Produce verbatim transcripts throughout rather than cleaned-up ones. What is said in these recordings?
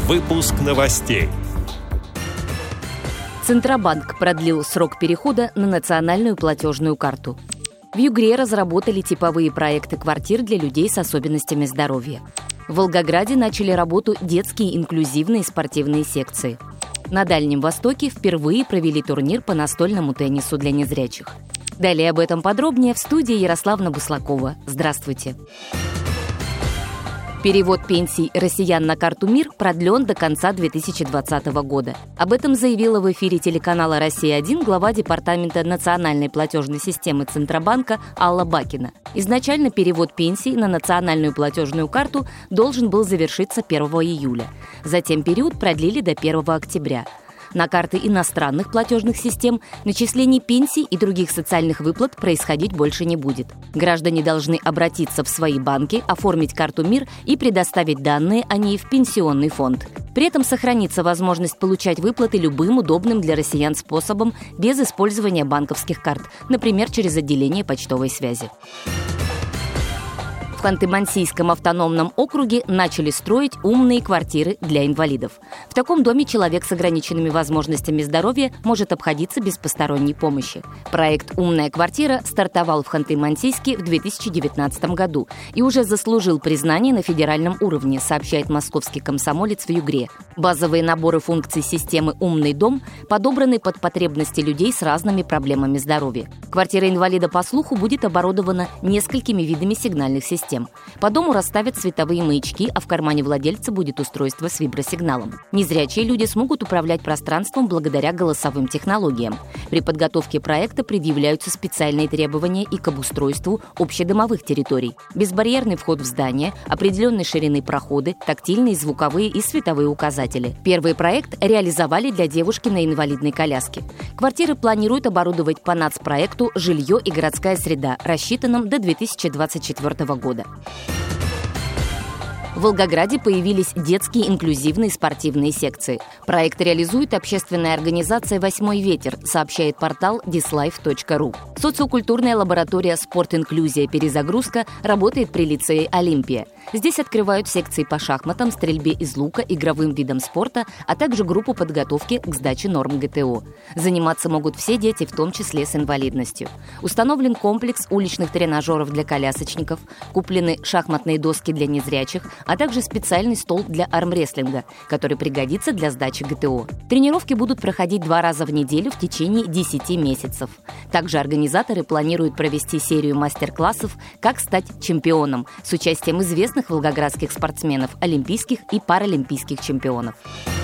Выпуск новостей. Центробанк продлил срок перехода на национальную платежную карту. В Югре разработали типовые проекты квартир для людей с особенностями здоровья. В Волгограде начали работу детские инклюзивные спортивные секции. На Дальнем Востоке впервые провели турнир по настольному теннису для незрячих. Далее об этом подробнее в студии Ярославна Буслакова. Здравствуйте. Перевод пенсий россиян на карту МИР продлен до конца две тысячи двадцатого года. Об этом заявила в эфире телеканала «Россия-один» глава Департамента национальной платежной системы Центробанка Алла Бакина. Изначально перевод пенсий на национальную платежную карту должен был завершиться первого июля. Затем период продлили до первого октября. На карты иностранных платежных систем начислений пенсий и других социальных выплат происходить больше не будет. Граждане должны обратиться в свои банки, оформить карту МИР и предоставить данные о ней в пенсионный фонд. При этом сохранится возможность получать выплаты любым удобным для россиян способом без использования банковских карт, например, через отделение почтовой связи. В Ханты-Мансийском автономном округе начали строить умные квартиры для инвалидов. В таком доме человек с ограниченными возможностями здоровья может обходиться без посторонней помощи. Проект «Умная квартира» стартовал в Ханты-Мансийске в две тысячи девятнадцатом году и уже заслужил признание на федеральном уровне, сообщает московский комсомолец в Югре. Базовые наборы функций системы «Умный дом» подобраны под потребности людей с разными проблемами здоровья. Квартира инвалида по слуху будет оборудована несколькими видами сигнальных систем. По дому расставят световые маячки, а в кармане владельца будет устройство с вибросигналом. Незрячие люди смогут управлять пространством благодаря голосовым технологиям. При подготовке проекта предъявляются специальные требования и к обустройству общедомовых территорий. Безбарьерный вход в здание, определенной ширины проходы, тактильные, звуковые и световые указатели. Первый проект реализовали для девушки на инвалидной коляске. Квартиры планируют оборудовать по нацпроекту «Жилье и городская среда», рассчитанном до две тысячи двадцать четвёртого года. В Волгограде появились детские инклюзивные спортивные секции. Проект реализует общественная организация «Восьмой ветер», сообщает портал дислайф точка ру. Социокультурная лаборатория «Спорт-инклюзия. Перезагрузка» работает при лицее «Олимпия». Здесь открывают секции по шахматам, стрельбе из лука, игровым видам спорта, а также группу подготовки к сдаче норм гэ тэ о. Заниматься могут все дети, в том числе с инвалидностью. Установлен комплекс уличных тренажеров для колясочников, куплены шахматные доски для незрячих, а также специальный стол для армрестлинга, который пригодится для сдачи гэ тэ о. Тренировки будут проходить два раза в неделю в течение десяти месяцев. Также организаторы планируют провести серию мастер-классов «Как стать чемпионом» с участием известных волгоградских спортсменов, олимпийских и паралимпийских чемпионов.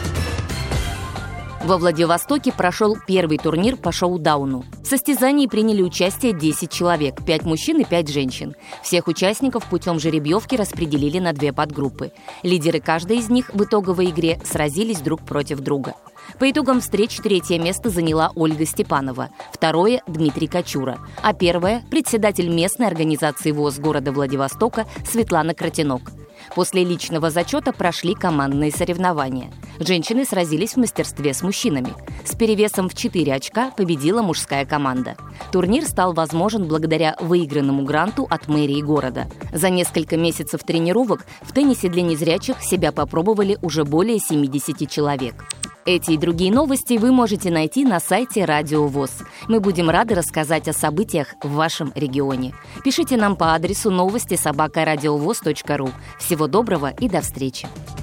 Во Владивостоке прошел первый турнир по шоу-дауну. В состязании приняли участие десять человек, пять мужчин и пять женщин. Всех участников путем жеребьевки распределили на две подгруппы. Лидеры каждой из них в итоговой игре сразились друг против друга. По итогам встреч третье место заняла Ольга Степанова, второе – Дмитрий Кочура, а первое – председатель местной организации ВОС города Владивостока Светлана Кротенок. После личного зачета прошли командные соревнования. Женщины сразились в мастерстве с мужчинами. С перевесом в четыре очка победила мужская команда. Турнир стал возможен благодаря выигранному гранту от мэрии города. За несколько месяцев тренировок в теннисе для незрячих себя попробовали уже более семидесяти человек. Эти и другие новости вы можете найти на сайте Радио ВОС. Мы будем рады рассказать о событиях в вашем регионе. Пишите нам по адресу новости собака радиовос точка ру. Всего доброго и до встречи!